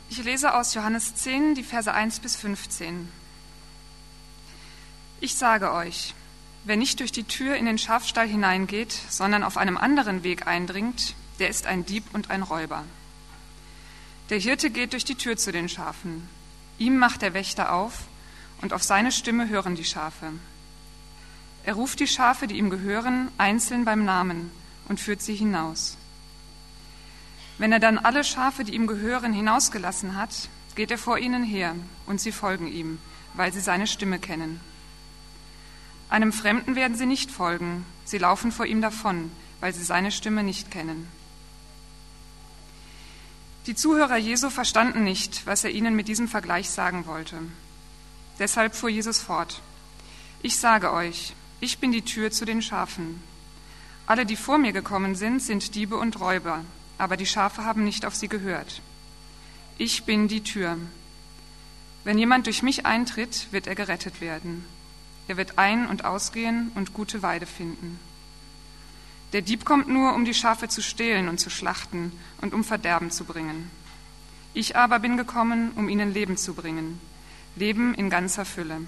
Ich lese aus Johannes 10, die Verse 1 bis 15. Ich sage euch, wer nicht durch die Tür in den Schafstall hineingeht, sondern auf einem anderen Weg eindringt, der ist ein Dieb und ein Räuber. Der Hirte geht durch die Tür zu den Schafen. Ihm macht der Wächter auf, und auf seine Stimme hören die Schafe. Er ruft die Schafe, die ihm gehören, einzeln beim Namen und führt sie hinaus. Wenn er dann alle Schafe, die ihm gehören, hinausgelassen hat, geht er vor ihnen her, und sie folgen ihm, weil sie seine Stimme kennen. Einem Fremden werden sie nicht folgen, sie laufen vor ihm davon, weil sie seine Stimme nicht kennen. Die Zuhörer Jesu verstanden nicht, was er ihnen mit diesem Vergleich sagen wollte. Deshalb fuhr Jesus fort: Ich sage euch, ich bin die Tür zu den Schafen. Alle, die vor mir gekommen sind Diebe und Räuber, aber die Schafe haben nicht auf sie gehört. Ich bin die Tür. Wenn jemand durch mich eintritt, wird er gerettet werden. Er wird ein- und ausgehen und gute Weide finden. Der Dieb kommt nur, um die Schafe zu stehlen und zu schlachten und um Verderben zu bringen. Ich aber bin gekommen, um ihnen Leben zu bringen, Leben in ganzer Fülle.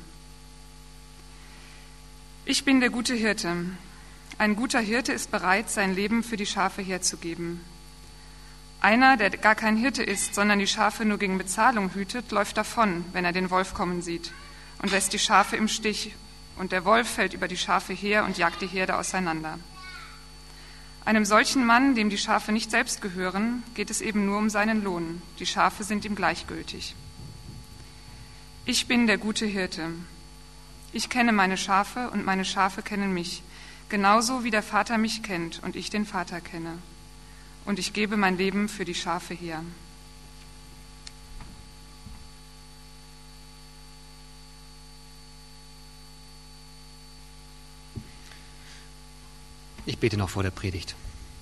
Ich bin der gute Hirte. Ein guter Hirte ist bereit, sein Leben für die Schafe herzugeben. Einer, der gar kein Hirte ist, sondern die Schafe nur gegen Bezahlung hütet, läuft davon, wenn er den Wolf kommen sieht, und lässt die Schafe im Stich, und der Wolf fällt über die Schafe her und jagt die Herde auseinander. Einem solchen Mann, dem die Schafe nicht selbst gehören, geht es eben nur um seinen Lohn. Die Schafe sind ihm gleichgültig. Ich bin der gute Hirte. Ich kenne meine Schafe und meine Schafe kennen mich, genauso wie der Vater mich kennt und ich den Vater kenne. Und ich gebe mein Leben für die Schafe her. Ich bete noch vor der Predigt.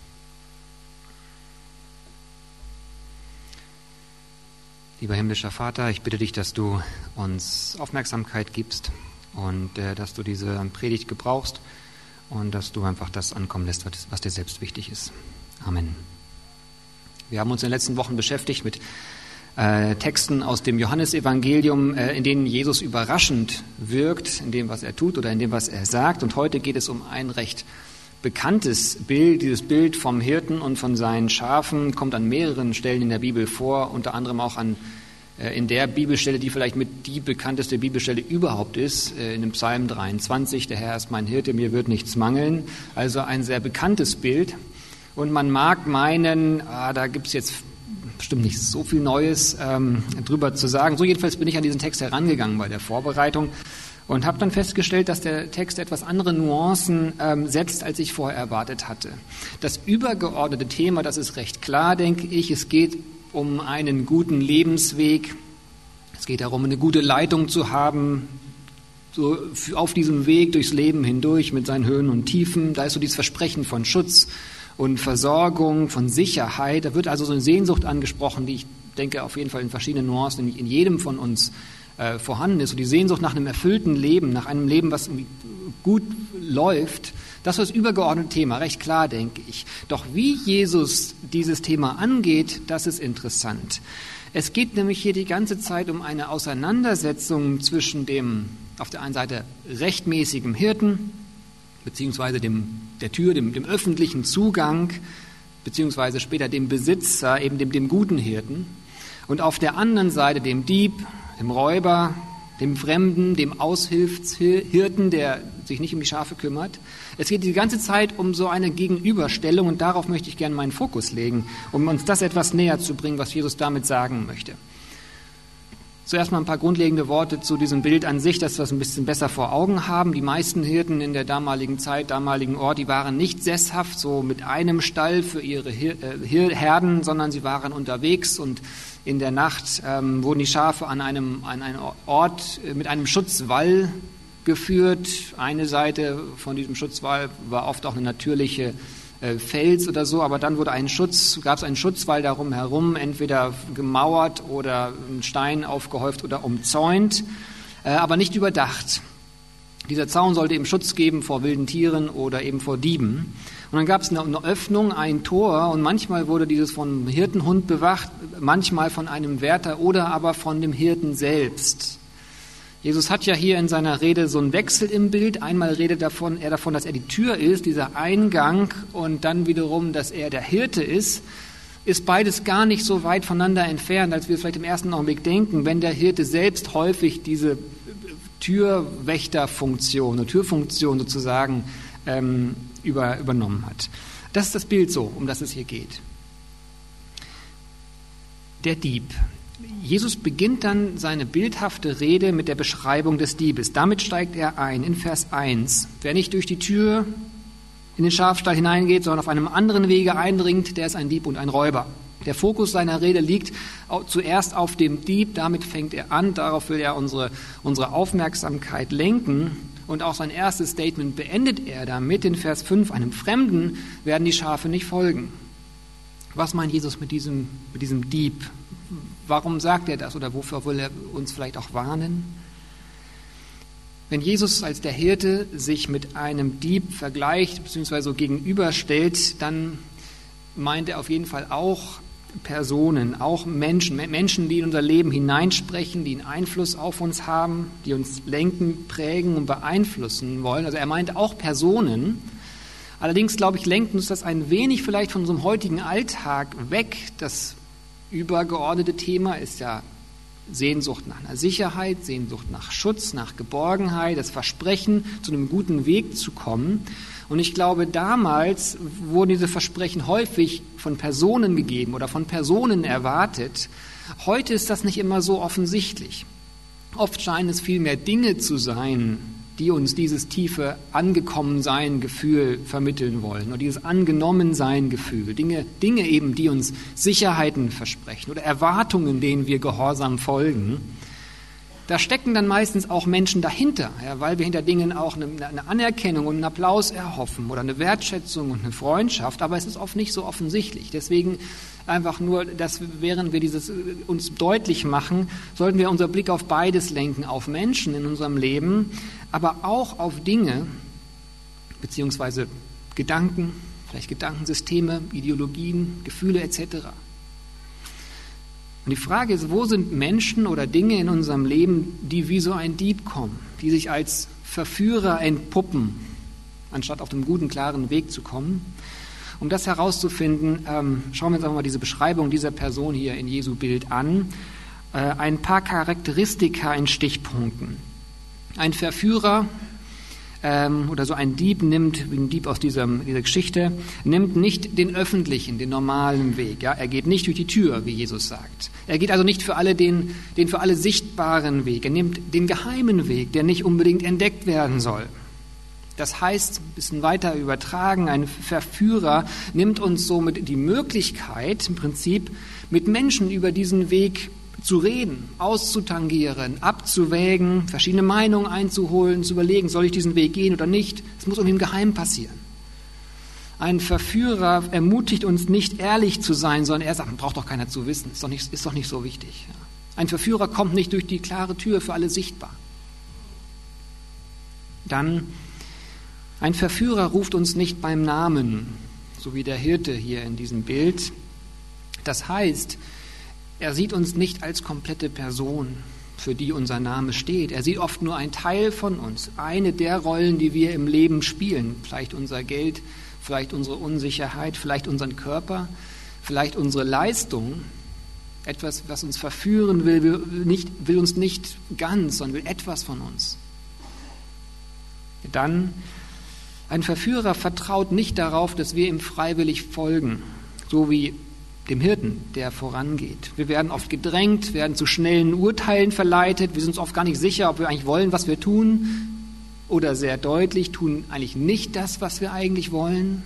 Lieber himmlischer Vater, ich bitte dich, dass du uns Aufmerksamkeit gibst und dass du diese Predigt gebrauchst und dass du einfach das ankommen lässt, was dir selbst wichtig ist. Amen. Wir haben uns in den letzten Wochen beschäftigt mit Texten aus dem Johannesevangelium, in denen Jesus überraschend wirkt, in dem, was er tut oder in dem, was er sagt. Und heute geht es um ein recht bekanntes Bild. Dieses Bild vom Hirten und von seinen Schafen kommt an mehreren Stellen in der Bibel vor, unter anderem auch in der Bibelstelle, die vielleicht mit die bekannteste Bibelstelle überhaupt ist, in dem Psalm 23, der Herr ist mein Hirte, mir wird nichts mangeln. Also ein sehr bekanntes Bild. Und man mag meinen, da gibt es jetzt bestimmt nicht so viel Neues drüber zu sagen. So jedenfalls bin ich an diesen Text herangegangen bei der Vorbereitung und habe dann festgestellt, dass der Text etwas andere Nuancen setzt, als ich vorher erwartet hatte. Das übergeordnete Thema, das ist recht klar, denke ich. Es geht um einen guten Lebensweg. Es geht darum, eine gute Leitung zu haben, so auf diesem Weg durchs Leben hindurch mit seinen Höhen und Tiefen. Da ist so dieses Versprechen von Schutz und Versorgung, von Sicherheit. Da wird also so eine Sehnsucht angesprochen, die ich denke auf jeden Fall in verschiedenen Nuancen in jedem von uns vorhanden ist. Und die Sehnsucht nach einem erfüllten Leben, nach einem Leben, was gut läuft, das ist das übergeordnete Thema, recht klar, denke ich. Doch wie Jesus dieses Thema angeht, das ist interessant. Es geht nämlich hier die ganze Zeit um eine Auseinandersetzung zwischen dem auf der einen Seite rechtmäßigen Hirten, beziehungsweise der Tür, dem öffentlichen Zugang, beziehungsweise später dem Besitzer, eben dem guten Hirten. Und auf der anderen Seite dem Dieb, dem Räuber, dem Fremden, dem Aushilfshirten, der sich nicht um die Schafe kümmert. Es geht die ganze Zeit um so eine Gegenüberstellung und darauf möchte ich gerne meinen Fokus legen, um uns das etwas näher zu bringen, was Jesus damit sagen möchte. Zuerst mal ein paar grundlegende Worte zu diesem Bild an sich, dass wir es ein bisschen besser vor Augen haben. Die meisten Hirten in der damaligen Zeit, damaligen Ort, die waren nicht sesshaft, so mit einem Stall für ihre Herden, sondern sie waren unterwegs und in der Nacht wurden die Schafe an einen Ort mit einem Schutzwall geführt. Eine Seite von diesem Schutzwall war oft auch eine natürliche Fels oder so, aber dann gab es einen Schutzwall darum herum, entweder gemauert oder ein Stein aufgehäuft oder umzäunt, aber nicht überdacht. Dieser Zaun sollte eben Schutz geben vor wilden Tieren oder eben vor Dieben. Und dann gab es eine Öffnung, ein Tor, und manchmal wurde dieses vom Hirtenhund bewacht, manchmal von einem Wärter oder aber von dem Hirten selbst. Jesus hat ja hier in seiner Rede so einen Wechsel im Bild. Einmal redet er davon, dass er die Tür ist, dieser Eingang, und dann wiederum, dass er der Hirte ist beides gar nicht so weit voneinander entfernt, als wir vielleicht im ersten Augenblick denken, wenn der Hirte selbst häufig diese Türwächterfunktion, eine Türfunktion sozusagen übernommen hat. Das ist das Bild so, um das es hier geht. Der Dieb. Jesus beginnt dann seine bildhafte Rede mit der Beschreibung des Diebes. Damit steigt er ein in Vers 1. Wer nicht durch die Tür in den Schafstall hineingeht, sondern auf einem anderen Wege eindringt, der ist ein Dieb und ein Räuber. Der Fokus seiner Rede liegt zuerst auf dem Dieb, damit fängt er an, darauf will er unsere Aufmerksamkeit lenken. Und auch sein erstes Statement beendet er damit in Vers 5, einem Fremden werden die Schafe nicht folgen. Was meint Jesus mit diesem Dieb? Warum sagt er das oder wofür will er uns vielleicht auch warnen? Wenn Jesus als der Hirte sich mit einem Dieb vergleicht bzw. so gegenüberstellt, dann meint er auf jeden Fall auch Personen, auch Menschen, die in unser Leben hineinsprechen, die einen Einfluss auf uns haben, die uns lenken, prägen und beeinflussen wollen. Also er meint auch Personen. Allerdings, glaube ich, lenkt uns das ein wenig vielleicht von unserem heutigen Alltag weg. Das übergeordnete Thema ist ja Sehnsucht nach einer Sicherheit, Sehnsucht nach Schutz, nach Geborgenheit, das Versprechen, zu einem guten Weg zu kommen. Und ich glaube, damals wurden diese Versprechen häufig von Personen gegeben oder von Personen erwartet. Heute ist das nicht immer so offensichtlich. Oft scheinen es vielmehr Dinge zu sein, die uns dieses tiefe Angekommensein-Gefühl vermitteln wollen oder dieses Angenommensein-Gefühl. Dinge eben, die uns Sicherheiten versprechen oder Erwartungen, denen wir gehorsam folgen. Da stecken dann meistens auch Menschen dahinter, ja, weil wir hinter Dingen auch eine Anerkennung und einen Applaus erhoffen oder eine Wertschätzung und eine Freundschaft, aber es ist oft nicht so offensichtlich. Deswegen einfach nur, dass während wir dieses uns deutlich machen, sollten wir unser Blick auf beides lenken, auf Menschen in unserem Leben, aber auch auf Dinge beziehungsweise Gedanken, vielleicht Gedankensysteme, Ideologien, Gefühle etc. Und die Frage ist, wo sind Menschen oder Dinge in unserem Leben, die wie so ein Dieb kommen, die sich als Verführer entpuppen, anstatt auf dem guten, klaren Weg zu kommen? Um das herauszufinden, schauen wir uns einfach mal diese Beschreibung dieser Person hier in Jesu Bild an. Ein paar Charakteristika in Stichpunkten. Ein Verführer oder so ein Dieb nimmt, wie ein Dieb aus dieser Geschichte, nimmt nicht den öffentlichen, den normalen Weg. Ja? Er geht nicht durch die Tür, wie Jesus sagt. Er geht also nicht für alle den für alle sichtbaren Weg. Er nimmt den geheimen Weg, der nicht unbedingt entdeckt werden soll. Das heißt, ein bisschen weiter übertragen, ein Verführer nimmt uns somit die Möglichkeit, im Prinzip mit Menschen über diesen Weg zu reden, auszutangieren, abzuwägen, verschiedene Meinungen einzuholen, zu überlegen, soll ich diesen Weg gehen oder nicht. Es muss irgendwie im Geheimen passieren. Ein Verführer ermutigt uns nicht, ehrlich zu sein, sondern er sagt, braucht doch keiner zu wissen, ist doch nicht so wichtig. Ein Verführer kommt nicht durch die klare Tür für alle sichtbar. Dann, ein Verführer ruft uns nicht beim Namen, so wie der Hirte hier in diesem Bild. Das heißt, er sieht uns nicht als komplette Person, für die unser Name steht. Er sieht oft nur einen Teil von uns, eine der Rollen, die wir im Leben spielen. Vielleicht unser Geld, vielleicht unsere Unsicherheit, vielleicht unseren Körper, vielleicht unsere Leistung. Etwas, was uns verführen will uns nicht ganz, sondern will etwas von uns. Dann, ein Verführer vertraut nicht darauf, dass wir ihm freiwillig folgen, so wie dem Hirten, der vorangeht. Wir werden oft gedrängt, werden zu schnellen Urteilen verleitet. Wir sind uns oft gar nicht sicher, ob wir eigentlich wollen, was wir tun, oder sehr deutlich tun eigentlich nicht das, was wir eigentlich wollen.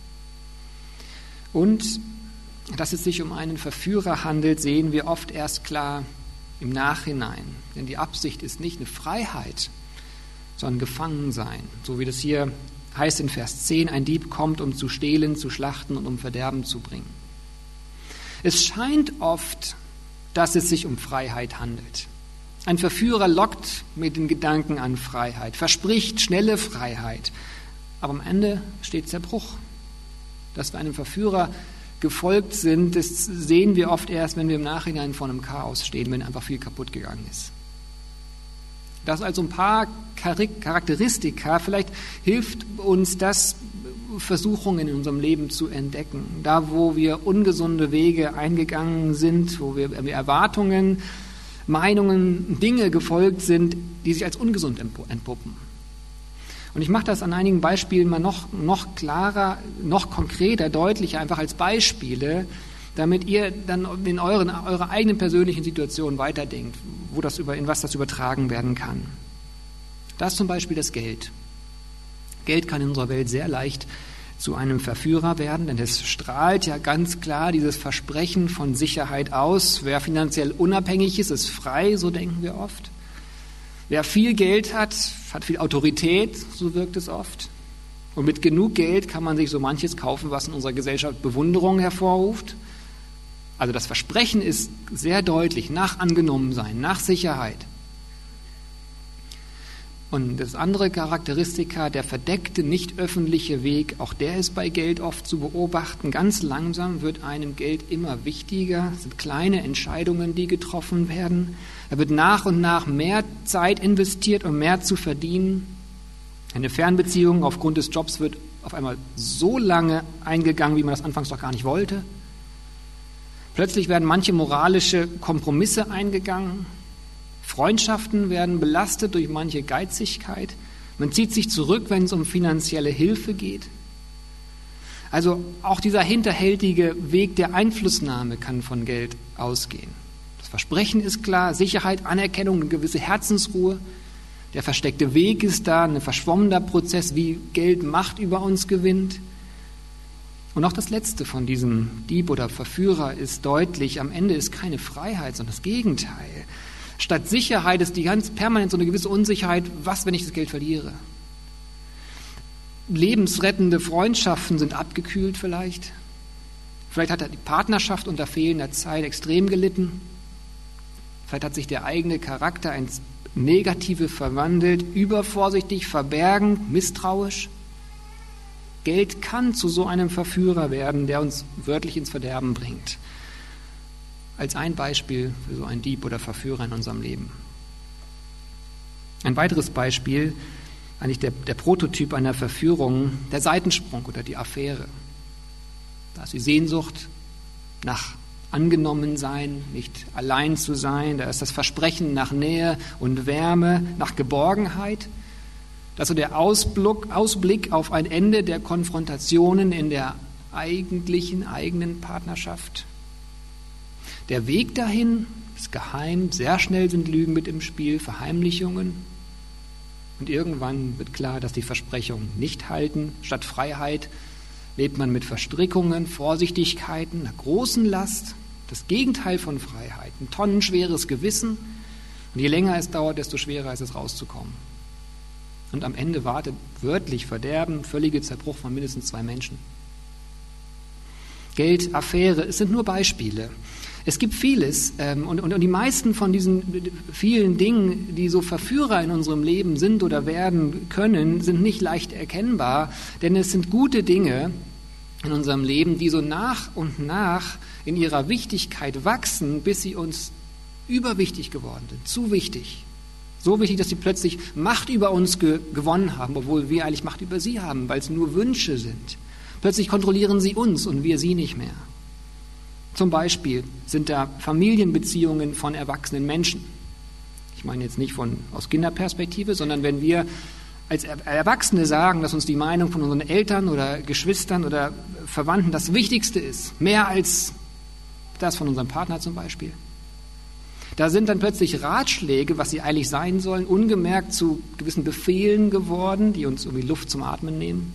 Und dass es sich um einen Verführer handelt, sehen wir oft erst klar im Nachhinein. Denn die Absicht ist nicht eine Freiheit, sondern Gefangensein. So wie das hier heißt in Vers 10, ein Dieb kommt, um zu stehlen, zu schlachten und um Verderben zu bringen. Es scheint oft, dass es sich um Freiheit handelt. Ein Verführer lockt mit den Gedanken an Freiheit, verspricht schnelle Freiheit, aber am Ende steht Zerbruch. Dass wir einem Verführer gefolgt sind, das sehen wir oft erst, wenn wir im Nachhinein vor einem Chaos stehen, wenn einfach viel kaputt gegangen ist. Das also ein paar Charakteristika, vielleicht hilft uns das, Versuchungen in unserem Leben zu entdecken. Da, wo wir ungesunde Wege eingegangen sind, wo wir Erwartungen, Meinungen, Dinge gefolgt sind, die sich als ungesund entpuppen. Und ich mache das an einigen Beispielen mal noch klarer, noch konkreter, deutlicher, einfach als Beispiele, damit ihr dann in eurer eigenen persönlichen Situation weiterdenkt, in was das übertragen werden kann. Das ist zum Beispiel das Geld. Geld kann in unserer Welt sehr leicht zu einem Verführer werden, denn es strahlt ja ganz klar dieses Versprechen von Sicherheit aus. Wer finanziell unabhängig ist, ist frei, so denken wir oft. Wer viel Geld hat, hat viel Autorität, so wirkt es oft. Und mit genug Geld kann man sich so manches kaufen, was in unserer Gesellschaft Bewunderung hervorruft. Also das Versprechen ist sehr deutlich, nach Angenommensein, nach Sicherheit. Und das andere Charakteristika, der verdeckte, nicht öffentliche Weg, auch der ist bei Geld oft zu beobachten. Ganz langsam wird einem Geld immer wichtiger. Es sind kleine Entscheidungen, die getroffen werden. Da wird nach und nach mehr Zeit investiert, um mehr zu verdienen. Eine Fernbeziehung aufgrund des Jobs wird auf einmal so lange eingegangen, wie man das anfangs doch gar nicht wollte. Plötzlich werden manche moralische Kompromisse eingegangen. Freundschaften werden belastet durch manche Geizigkeit. Man zieht sich zurück, wenn es um finanzielle Hilfe geht. Also auch dieser hinterhältige Weg der Einflussnahme kann von Geld ausgehen. Das Versprechen ist klar, Sicherheit, Anerkennung, eine gewisse Herzensruhe. Der versteckte Weg ist da, ein verschwommener Prozess, wie Geld Macht über uns gewinnt. Und auch das Letzte von diesem Dieb oder Verführer ist deutlich. Am Ende ist keine Freiheit, sondern das Gegenteil. Statt Sicherheit ist die ganz permanent so eine gewisse Unsicherheit, was, wenn ich das Geld verliere? Lebensrettende Freundschaften sind abgekühlt vielleicht. Vielleicht hat die Partnerschaft unter fehlender Zeit extrem gelitten. Vielleicht hat sich der eigene Charakter ins Negative verwandelt, übervorsichtig, verbergend, misstrauisch. Geld kann zu so einem Verführer werden, der uns wörtlich ins Verderben bringt. Als ein Beispiel für so einen Dieb oder Verführer in unserem Leben. Ein weiteres Beispiel, eigentlich der Prototyp einer Verführung, der Seitensprung oder die Affäre. Da ist die Sehnsucht nach Angenommensein, nicht allein zu sein. Da ist das Versprechen nach Nähe und Wärme, nach Geborgenheit. Das ist so der Ausblick auf ein Ende der Konfrontationen in der eigenen Partnerschaft. Der Weg dahin ist geheim, sehr schnell sind Lügen mit im Spiel, Verheimlichungen. Und irgendwann wird klar, dass die Versprechungen nicht halten. Statt Freiheit lebt man mit Verstrickungen, Vorsichtigkeiten, einer großen Last, das Gegenteil von Freiheit, ein tonnenschweres Gewissen. Und je länger es dauert, desto schwerer ist es rauszukommen. Und am Ende wartet wörtlich Verderben, völlige Zerbruch von mindestens 2 Menschen. Geld, Affäre, es sind nur Beispiele. Es gibt vieles und die meisten von diesen vielen Dingen, die so Verführer in unserem Leben sind oder werden können, sind nicht leicht erkennbar, denn es sind gute Dinge in unserem Leben, die so nach und nach in ihrer Wichtigkeit wachsen, bis sie uns überwichtig geworden sind, zu wichtig. So wichtig, dass sie plötzlich Macht über uns gewonnen haben, obwohl wir eigentlich Macht über sie haben, weil es nur Wünsche sind. Plötzlich kontrollieren sie uns und wir sie nicht mehr. Zum Beispiel sind da Familienbeziehungen von erwachsenen Menschen. Ich meine jetzt nicht aus Kinderperspektive, sondern wenn wir als Erwachsene sagen, dass uns die Meinung von unseren Eltern oder Geschwistern oder Verwandten das Wichtigste ist, mehr als das von unserem Partner zum Beispiel. Da sind dann plötzlich Ratschläge, was sie eigentlich sein sollen, ungemerkt zu gewissen Befehlen geworden, die uns irgendwie Luft zum Atmen nehmen.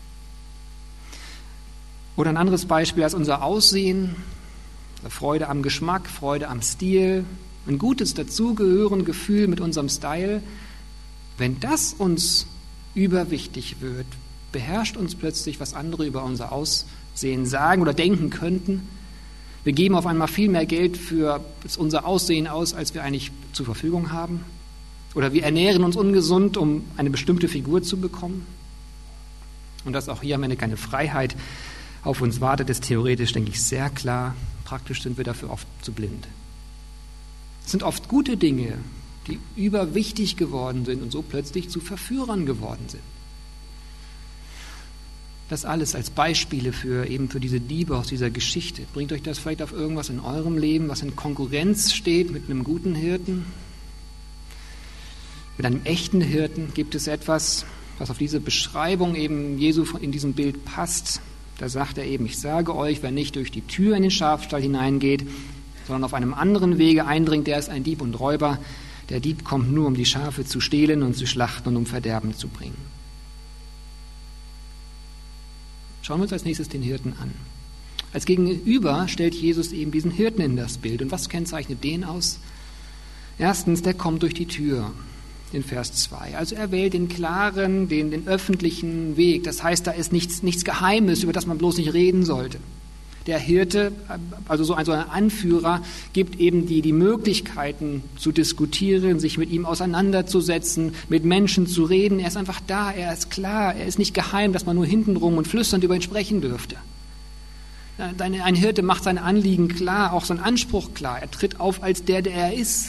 Oder ein anderes Beispiel als unser Aussehen, Freude am Geschmack, Freude am Stil, ein gutes Dazugehören, Gefühl mit unserem Style. Wenn das uns überwichtig wird, beherrscht uns plötzlich, was andere über unser Aussehen sagen oder denken könnten. Wir geben auf einmal viel mehr Geld für unser Aussehen aus, als wir eigentlich zur Verfügung haben. Oder wir ernähren uns ungesund, um eine bestimmte Figur zu bekommen. Und das auch hier am Ende keine Freiheit. auf uns wartet, ist theoretisch, denke ich, sehr klar. Praktisch sind wir dafür oft zu blind. Es sind oft gute Dinge, die überwichtig geworden sind und so plötzlich zu Verführern geworden sind. Das alles als Beispiele für diese Diebe aus dieser Geschichte. Bringt euch das vielleicht auf irgendwas in eurem Leben, was in Konkurrenz steht mit einem guten Hirten? Mit einem echten Hirten gibt es etwas, was auf diese Beschreibung eben Jesu in diesem Bild passt. Da sagt er eben, ich sage euch, wer nicht durch die Tür in den Schafstall hineingeht, sondern auf einem anderen Wege eindringt, der ist ein Dieb und Räuber. Der Dieb kommt nur, um die Schafe zu stehlen und zu schlachten und um Verderben zu bringen. Schauen wir uns als nächstes den Hirten an. Als Gegenüber stellt Jesus eben diesen Hirten in das Bild. Und was kennzeichnet den aus? Erstens, der kommt durch die Tür, in Vers 2. Also er wählt den klaren, den öffentlichen Weg. Das heißt, da ist nichts Geheimes, über das man bloß nicht reden sollte. Der Hirte, also so ein Anführer, gibt eben die Möglichkeiten zu diskutieren, sich mit ihm auseinanderzusetzen, mit Menschen zu reden. Er ist einfach da, er ist klar, er ist nicht geheim, dass man nur hintenrum und flüsternd über ihn sprechen dürfte. Ein Hirte macht sein Anliegen klar, auch seinen Anspruch klar. Er tritt auf als der er ist.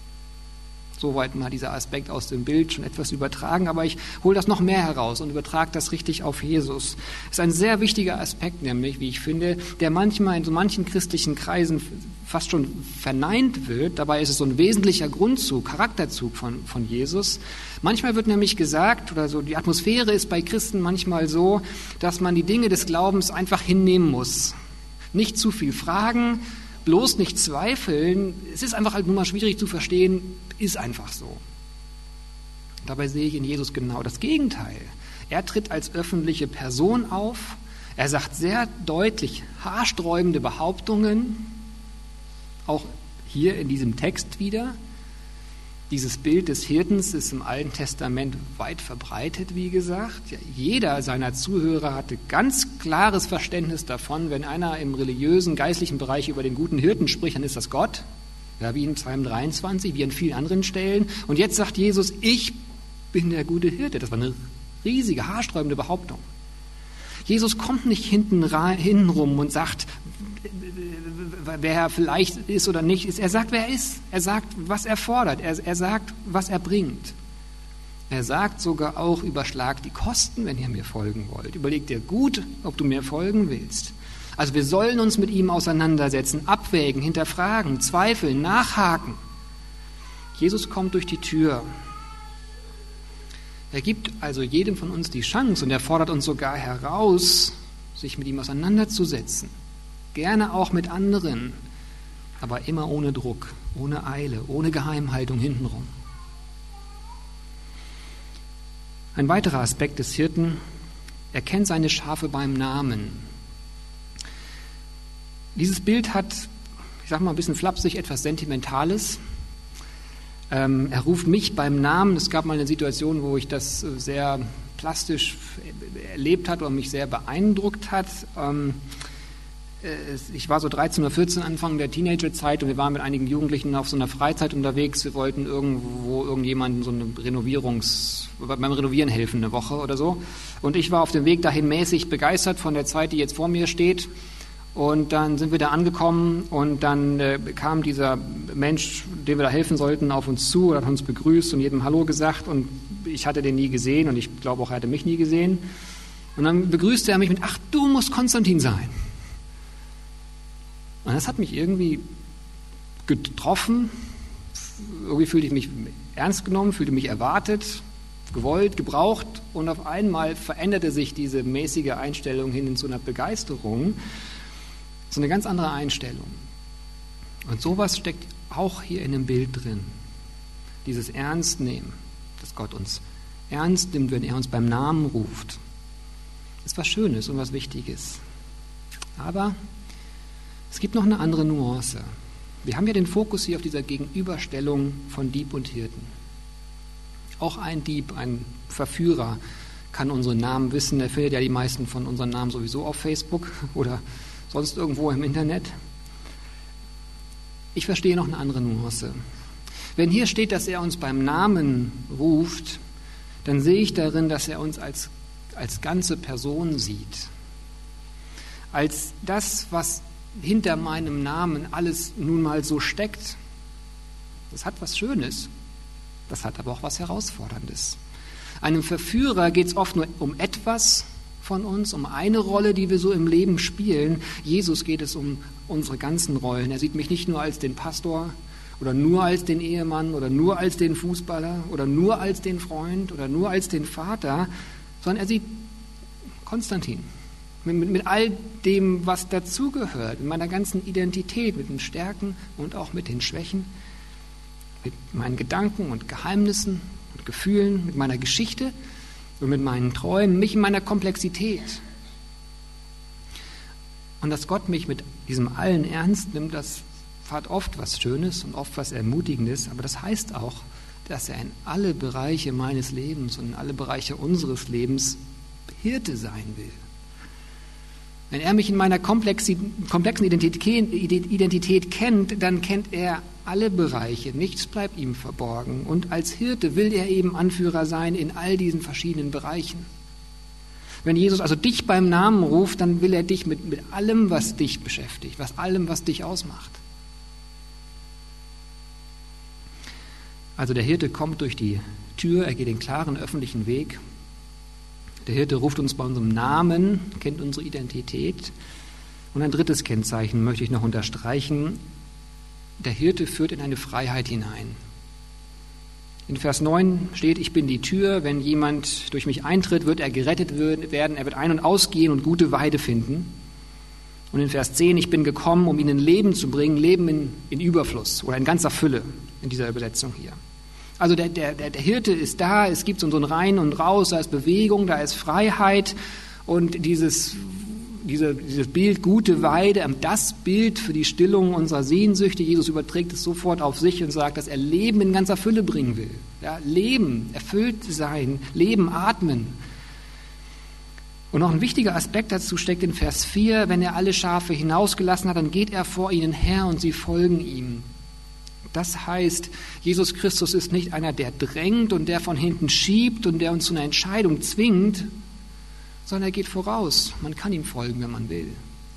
Soweit mal dieser Aspekt aus dem Bild schon etwas übertragen, aber ich hole das noch mehr heraus und übertrage das richtig auf Jesus. Das ist ein sehr wichtiger Aspekt, nämlich, wie ich finde, der manchmal in so manchen christlichen Kreisen fast schon verneint wird. Dabei ist es so ein wesentlicher Grundzug, Charakterzug von Jesus. Manchmal wird nämlich gesagt, oder so die Atmosphäre ist bei Christen manchmal so, dass man die Dinge des Glaubens einfach hinnehmen muss. Nicht zu viel fragen, bloß nicht zweifeln. Es ist einfach halt nur mal schwierig zu verstehen, ist einfach so. Dabei sehe ich in Jesus genau das Gegenteil. Er tritt als öffentliche Person auf. Er sagt sehr deutlich haarsträubende Behauptungen, auch hier in diesem Text wieder. Dieses Bild des Hirtens ist im Alten Testament weit verbreitet, wie gesagt. Ja, jeder seiner Zuhörer hatte ganz klares Verständnis davon, wenn einer im religiösen, geistlichen Bereich über den guten Hirten spricht, dann ist das Gott. Ja, wie in Psalm 23, wie an vielen anderen Stellen. Und jetzt sagt Jesus, ich bin der gute Hirte. Das war eine riesige, haarsträubende Behauptung. Jesus kommt nicht hintenrum und sagt, wer er vielleicht ist oder nicht ist. Er sagt, wer er ist. Er sagt, was er fordert. Er sagt, was er bringt. Er sagt sogar auch, überschlagt die Kosten, wenn ihr mir folgen wollt. Überlegt dir gut, ob du mir folgen willst. Also wir sollen uns mit ihm auseinandersetzen, abwägen, hinterfragen, zweifeln, nachhaken. Jesus kommt durch die Tür. Er gibt also jedem von uns die Chance und er fordert uns sogar heraus, sich mit ihm auseinanderzusetzen. Gerne auch mit anderen, aber immer ohne Druck, ohne Eile, ohne Geheimhaltung hintenrum. Ein weiterer Aspekt des Hirten, er kennt seine Schafe beim Namen. Dieses Bild hat, ich sage mal ein bisschen flapsig, etwas Sentimentales. Er ruft mich beim Namen. Es gab mal eine Situation, wo ich das sehr plastisch erlebt habe oder mich sehr beeindruckt hat. Ich war so 13 oder 14, Anfang der Teenagerzeit, und wir waren mit einigen Jugendlichen auf so einer Freizeit unterwegs. Wir wollten irgendjemandem so eine beim Renovieren helfen, eine Woche oder so. Und ich war auf dem Weg dahin mäßig begeistert von der Zeit, die jetzt vor mir steht. Und dann sind wir da angekommen und dann kam dieser Mensch, dem wir da helfen sollten, auf uns zu, hat uns begrüßt und jedem Hallo gesagt, und ich hatte den nie gesehen und ich glaube auch, er hatte mich nie gesehen. Und dann begrüßte er mich mit, ach, du musst Konstantin sein. Und das hat mich irgendwie getroffen. Irgendwie fühlte ich mich ernst genommen, fühlte mich erwartet, gewollt, gebraucht, und auf einmal veränderte sich diese mäßige Einstellung hin zu einer Begeisterung. So eine ganz andere Einstellung. Und sowas steckt auch hier in dem Bild drin. Dieses Ernstnehmen, dass Gott uns ernst nimmt, wenn er uns beim Namen ruft. Das ist was Schönes und was Wichtiges. Aber es gibt noch eine andere Nuance. Wir haben ja den Fokus hier auf dieser Gegenüberstellung von Dieb und Hirten. Auch ein Dieb, ein Verführer kann unseren Namen wissen. Er findet ja die meisten von unseren Namen sowieso auf Facebook oder sonst irgendwo im Internet. Ich verstehe noch eine andere Nuance. Wenn hier steht, dass er uns beim Namen ruft, dann sehe ich darin, dass er uns als ganze Person sieht. als das, was hinter meinem Namen alles nun mal so steckt. Das hat was Schönes, das hat aber auch was Herausforderndes. Einem Verführer geht es oft nur um etwas von uns, um eine Rolle, die wir so im Leben spielen. Jesus geht es um unsere ganzen Rollen. Er sieht mich nicht nur als den Pastor oder nur als den Ehemann oder nur als den Fußballer oder nur als den Freund oder nur als den Vater, sondern er sieht Konstantin mit all dem, was dazugehört, mit meiner ganzen Identität, mit den Stärken und auch mit den Schwächen, mit meinen Gedanken und Geheimnissen und Gefühlen, mit meiner Geschichte und mit meinen Träumen, mich in meiner Komplexität. Und dass Gott mich mit diesem allen ernst nimmt, das hat oft was Schönes und oft was Ermutigendes, aber das heißt auch, dass er in alle Bereiche meines Lebens und in alle Bereiche unseres Lebens Hirte sein will. Wenn er mich in meiner komplexen Identität kennt, dann kennt er alle Bereiche. Nichts bleibt ihm verborgen. Und als Hirte will er eben Anführer sein in all diesen verschiedenen Bereichen. Wenn Jesus also dich beim Namen ruft, dann will er dich mit allem, was dich beschäftigt, allem, was dich ausmacht. Also der Hirte kommt durch die Tür, er geht den klaren öffentlichen Weg. Der Hirte ruft uns bei unserem Namen, kennt unsere Identität. Und ein drittes Kennzeichen möchte ich noch unterstreichen. Der Hirte führt in eine Freiheit hinein. In Vers 9 steht, ich bin die Tür. Wenn jemand durch mich eintritt, wird er gerettet werden. Er wird ein- und ausgehen und gute Weide finden. Und in Vers 10, ich bin gekommen, um ihnen Leben zu bringen, Leben in Überfluss oder in ganzer Fülle in dieser Übersetzung hier. Also der Hirte ist da, es gibt so ein Rein und Raus, da ist Bewegung, da ist Freiheit und dieses Bild gute Weide, das Bild für die Stillung unserer Sehnsüchte, Jesus überträgt es sofort auf sich und sagt, dass er Leben in ganzer Fülle bringen will. Ja, Leben, erfüllt sein, Leben, atmen. Und noch ein wichtiger Aspekt dazu steckt in Vers 4, wenn er alle Schafe hinausgelassen hat, dann geht er vor ihnen her und sie folgen ihm. Das heißt, Jesus Christus ist nicht einer, der drängt und der von hinten schiebt und der uns zu einer Entscheidung zwingt, sondern er geht voraus. Man kann ihm folgen, wenn man will.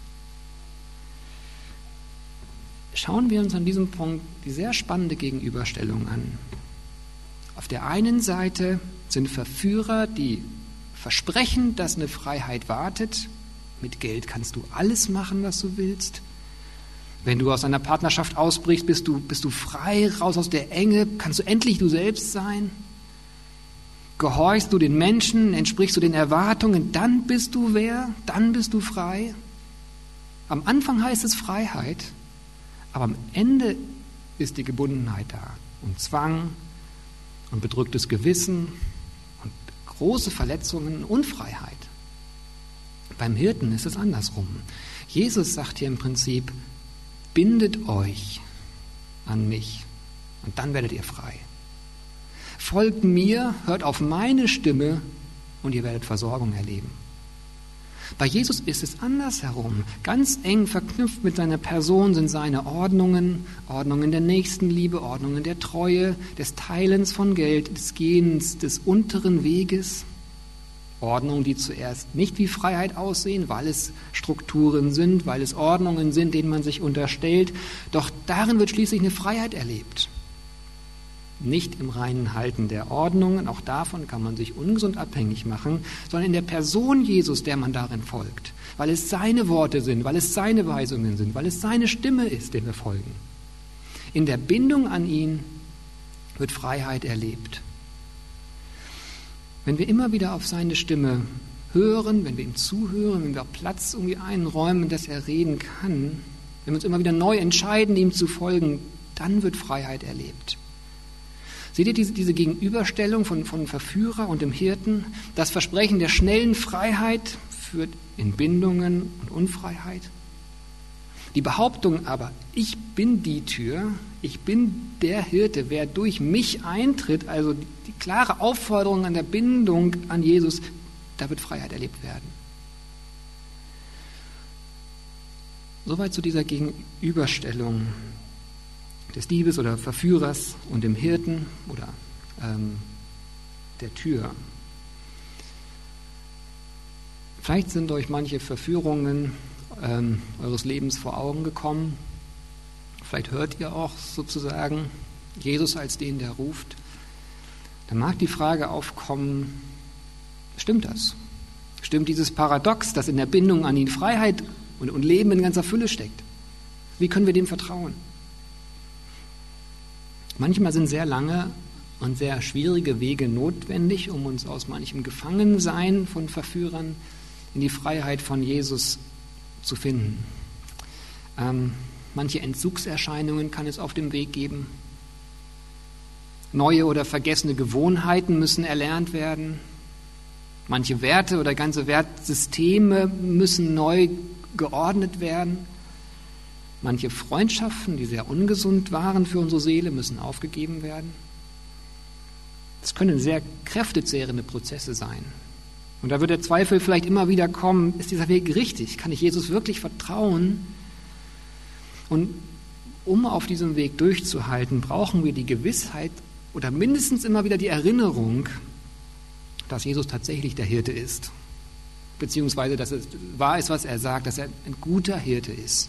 Schauen wir uns an diesem Punkt die sehr spannende Gegenüberstellung an. Auf der einen Seite sind Verführer, die versprechen, dass eine Freiheit wartet. Mit Geld kannst du alles machen, was du willst. Wenn du aus einer Partnerschaft ausbrichst, bist du frei, raus aus der Enge, kannst du endlich du selbst sein. Gehorchst du den Menschen, entsprichst du den Erwartungen, dann bist du wer? Dann bist du frei. Am Anfang heißt es Freiheit, aber am Ende ist die Gebundenheit da und Zwang und bedrücktes Gewissen und große Verletzungen, Unfreiheit. Beim Hirten ist es andersrum. Jesus sagt hier im Prinzip, bindet euch an mich und dann werdet ihr frei. Folgt mir, hört auf meine Stimme und ihr werdet Versorgung erleben. Bei Jesus ist es andersherum. Ganz eng verknüpft mit seiner Person sind seine Ordnungen der Nächstenliebe, Ordnungen der Treue, des Teilens von Geld, des Gehens, des unteren Weges. Ordnungen, die zuerst nicht wie Freiheit aussehen, weil es Strukturen sind, weil es Ordnungen sind, denen man sich unterstellt. Doch darin wird schließlich eine Freiheit erlebt. Nicht im reinen Halten der Ordnungen, auch davon kann man sich ungesund abhängig machen, sondern in der Person Jesus, der man darin folgt, weil es seine Worte sind, weil es seine Weisungen sind, weil es seine Stimme ist, der wir folgen. In der Bindung an ihn wird Freiheit erlebt. Wenn wir immer wieder auf seine Stimme hören, wenn wir ihm zuhören, wenn wir auch Platz irgendwie einräumen, dass er reden kann, wenn wir uns immer wieder neu entscheiden, ihm zu folgen, dann wird Freiheit erlebt. Seht ihr diese Gegenüberstellung von Verführer und dem Hirten? Das Versprechen der schnellen Freiheit führt in Bindungen und Unfreiheit. Die Behauptung aber, ich bin die Tür, ich bin der Hirte, wer durch mich eintritt, also die klare Aufforderung an der Bindung an Jesus, da wird Freiheit erlebt werden. Soweit zu dieser Gegenüberstellung des Diebes oder Verführers und dem Hirten oder der Tür. Vielleicht sind euch manche Verführungen eures Lebens vor Augen gekommen. Vielleicht hört ihr auch sozusagen Jesus als den, der ruft. Dann mag die Frage aufkommen, stimmt das? Stimmt dieses Paradox, das in der Bindung an ihn Freiheit und Leben in ganzer Fülle steckt? Wie können wir dem vertrauen? Manchmal sind sehr lange und sehr schwierige Wege notwendig, um uns aus manchem Gefangensein von Verführern in die Freiheit von Jesus zu finden. Manche Entzugserscheinungen kann es auf dem Weg geben. Neue oder vergessene Gewohnheiten müssen erlernt werden. Manche Werte oder ganze Wertsysteme müssen neu geordnet werden. Manche Freundschaften, die sehr ungesund waren für unsere Seele, müssen aufgegeben werden. Das können sehr kräftezehrende Prozesse sein. Und da wird der Zweifel vielleicht immer wieder kommen, ist dieser Weg richtig? Kann ich Jesus wirklich vertrauen? Und um auf diesem Weg durchzuhalten, brauchen wir die Gewissheit oder mindestens immer wieder die Erinnerung, dass Jesus tatsächlich der Hirte ist. Beziehungsweise, dass es wahr ist, was er sagt, dass er ein guter Hirte ist.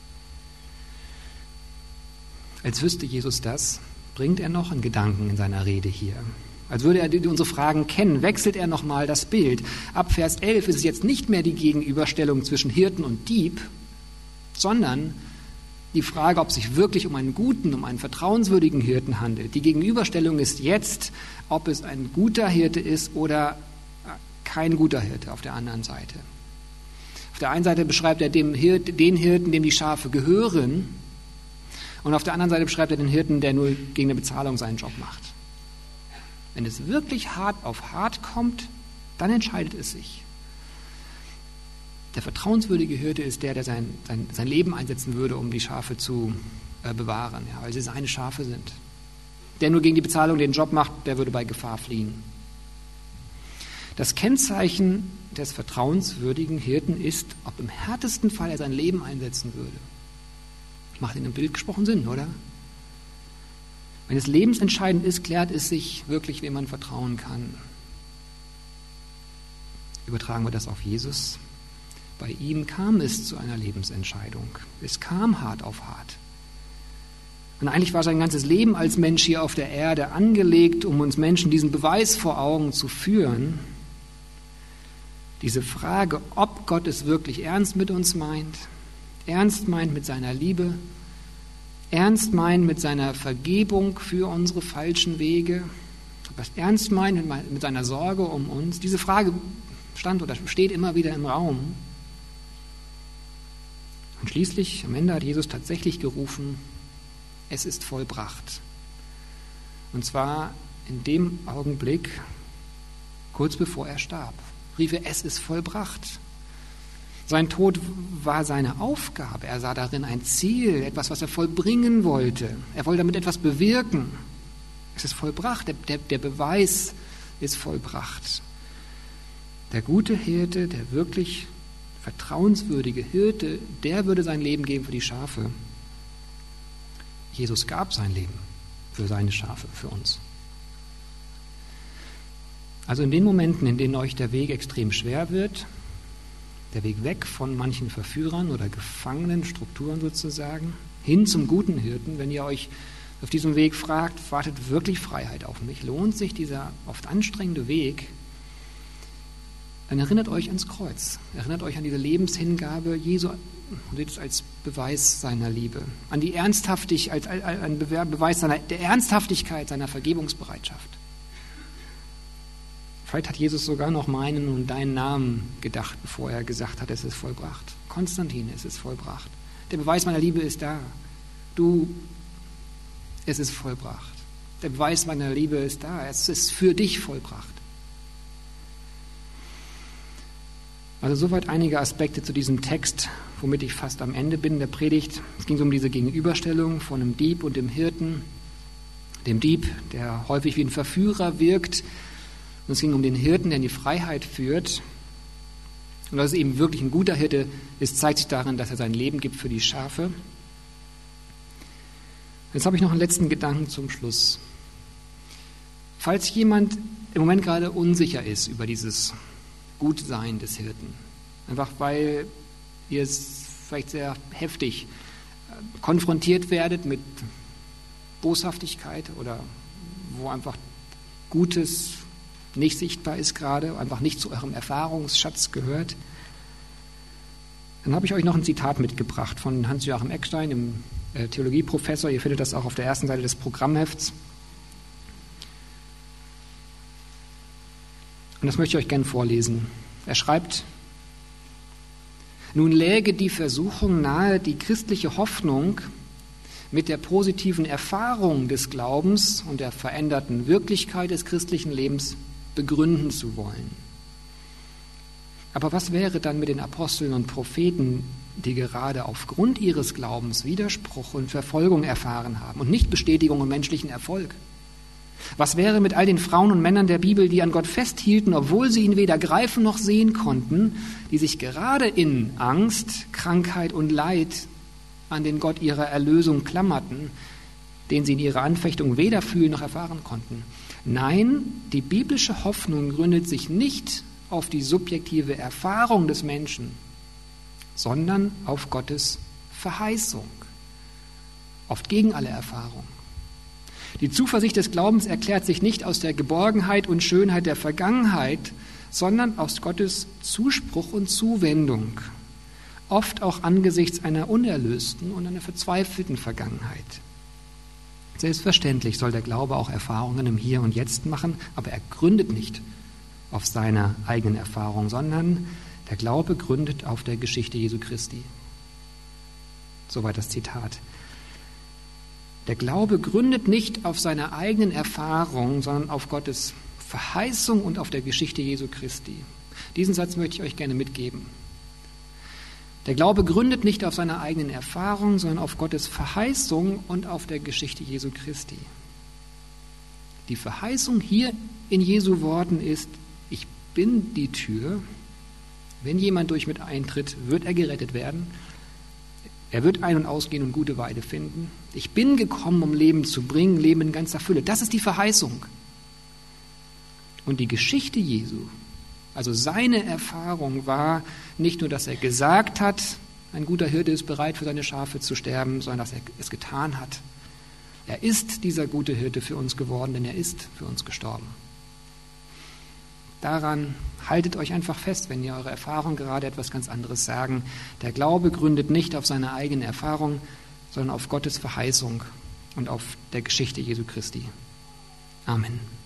Als wüsste Jesus das, bringt er noch einen Gedanken in seiner Rede hier. Als würde er unsere Fragen kennen, wechselt er nochmal das Bild. Ab Vers 11 ist es jetzt nicht mehr die Gegenüberstellung zwischen Hirten und Dieb, sondern die Frage, ob es sich wirklich um einen guten, um einen vertrauenswürdigen Hirten handelt. Die Gegenüberstellung ist jetzt, ob es ein guter Hirte ist oder kein guter Hirte auf der anderen Seite. Auf der einen Seite beschreibt er den Hirten, dem die Schafe gehören, und auf der anderen Seite beschreibt er den Hirten, der nur gegen eine Bezahlung seinen Job macht. Wenn es wirklich hart auf hart kommt, dann entscheidet es sich. Der vertrauenswürdige Hirte ist der sein Leben einsetzen würde, um die Schafe zu bewahren, ja, weil sie seine Schafe sind. Der nur gegen die Bezahlung den Job macht, der würde bei Gefahr fliehen. Das Kennzeichen des vertrauenswürdigen Hirten ist, ob im härtesten Fall er sein Leben einsetzen würde. Macht in einem Bild gesprochen Sinn, oder? Wenn es lebensentscheidend ist, klärt es sich wirklich, wem man vertrauen kann. Übertragen wir das auf Jesus. Bei ihm kam es zu einer Lebensentscheidung. Es kam hart auf hart. Und eigentlich war sein ganzes Leben als Mensch hier auf der Erde angelegt, um uns Menschen diesen Beweis vor Augen zu führen. Diese Frage, ob Gott es wirklich ernst mit uns meint, ernst meint mit seiner Liebe, ernst meint mit seiner Vergebung für unsere falschen Wege, ob er es ernst meint mit seiner Sorge um uns. Diese Frage stand oder steht immer wieder im Raum. Und schließlich, am Ende hat Jesus tatsächlich gerufen, es ist vollbracht. Und zwar in dem Augenblick, kurz bevor er starb, rief er, es ist vollbracht. Sein Tod war seine Aufgabe. Er sah darin ein Ziel, etwas, was er vollbringen wollte. Er wollte damit etwas bewirken. Es ist vollbracht. Der Beweis ist vollbracht. Der gute Hirte, der wirklich vertrauenswürdige Hirte, der würde sein Leben geben für die Schafe. Jesus gab sein Leben für seine Schafe, für uns. Also in den Momenten, in denen euch der Weg extrem schwer wird, der Weg weg von manchen Verführern oder gefangenen Strukturen sozusagen, hin zum guten Hirten, wenn ihr euch auf diesem Weg fragt, wartet wirklich Freiheit auf mich? Lohnt sich dieser oft anstrengende Weg? Dann erinnert euch ans Kreuz, erinnert euch an diese Lebenshingabe Jesu und seht es als Beweis seiner Liebe, an die Ernsthaftigkeit, als ein Beweis der Ernsthaftigkeit seiner Vergebungsbereitschaft. Vielleicht hat Jesus sogar noch meinen und deinen Namen gedacht, bevor er gesagt hat, es ist vollbracht. Konstantin, es ist vollbracht. Der Beweis meiner Liebe ist da. Es ist vollbracht. Der Beweis meiner Liebe ist da. Es ist für dich vollbracht. Also soweit einige Aspekte zu diesem Text, womit ich fast am Ende bin der Predigt. Es ging um diese Gegenüberstellung von einem Dieb und dem Hirten. Dem Dieb, der häufig wie ein Verführer wirkt. Und es ging um den Hirten, der in die Freiheit führt. Und dass es eben wirklich ein guter Hirte ist, zeigt sich darin, dass er sein Leben gibt für die Schafe. Jetzt habe ich noch einen letzten Gedanken zum Schluss. Falls jemand im Moment gerade unsicher ist über dieses Gutsein des Hirten, einfach weil ihr vielleicht sehr heftig konfrontiert werdet mit Boshaftigkeit oder wo einfach Gutes nicht sichtbar ist gerade, einfach nicht zu eurem Erfahrungsschatz gehört. Dann habe ich euch noch ein Zitat mitgebracht von Hans-Joachim Eckstein, dem Theologieprofessor. Ihr findet das auch auf der ersten Seite des Programmhefts. Und das möchte ich euch gerne vorlesen. Er schreibt: Nun läge die Versuchung nahe, die christliche Hoffnung mit der positiven Erfahrung des Glaubens und der veränderten Wirklichkeit des christlichen Lebens begründen zu wollen. Aber was wäre dann mit den Aposteln und Propheten, die gerade aufgrund ihres Glaubens Widerspruch und Verfolgung erfahren haben und nicht Bestätigung und menschlichen Erfolg? Was wäre mit all den Frauen und Männern der Bibel, die an Gott festhielten, obwohl sie ihn weder greifen noch sehen konnten, die sich gerade in Angst, Krankheit und Leid an den Gott ihrer Erlösung klammerten, den sie in ihrer Anfechtung weder fühlen noch erfahren konnten? Nein, die biblische Hoffnung gründet sich nicht auf die subjektive Erfahrung des Menschen, sondern auf Gottes Verheißung, oft gegen alle Erfahrung. Die Zuversicht des Glaubens erklärt sich nicht aus der Geborgenheit und Schönheit der Vergangenheit, sondern aus Gottes Zuspruch und Zuwendung, oft auch angesichts einer unerlösten und einer verzweifelten Vergangenheit. Selbstverständlich soll der Glaube auch Erfahrungen im Hier und Jetzt machen, aber er gründet nicht auf seiner eigenen Erfahrung, sondern der Glaube gründet auf der Geschichte Jesu Christi. Soweit das Zitat. Der Glaube gründet nicht auf seiner eigenen Erfahrung, sondern auf Gottes Verheißung und auf der Geschichte Jesu Christi. Diesen Satz möchte ich euch gerne mitgeben. Der Glaube gründet nicht auf seiner eigenen Erfahrung, sondern auf Gottes Verheißung und auf der Geschichte Jesu Christi. Die Verheißung hier in Jesu Worten ist: Ich bin die Tür. Wenn jemand durch mich eintritt, wird er gerettet werden. Er wird ein- und ausgehen und gute Weide finden. Ich bin gekommen, um Leben zu bringen, Leben in ganzer Fülle. Das ist die Verheißung. Und die Geschichte Jesu, also seine Erfahrung, war nicht nur, dass er gesagt hat, ein guter Hirte ist bereit, für seine Schafe zu sterben, sondern dass er es getan hat. Er ist dieser gute Hirte für uns geworden, denn er ist für uns gestorben. Daran haltet euch einfach fest, wenn ihr eure Erfahrung gerade etwas ganz anderes sagen. Der Glaube gründet nicht auf seiner eigenen Erfahrung, sondern auf Gottes Verheißung und auf der Geschichte Jesu Christi. Amen.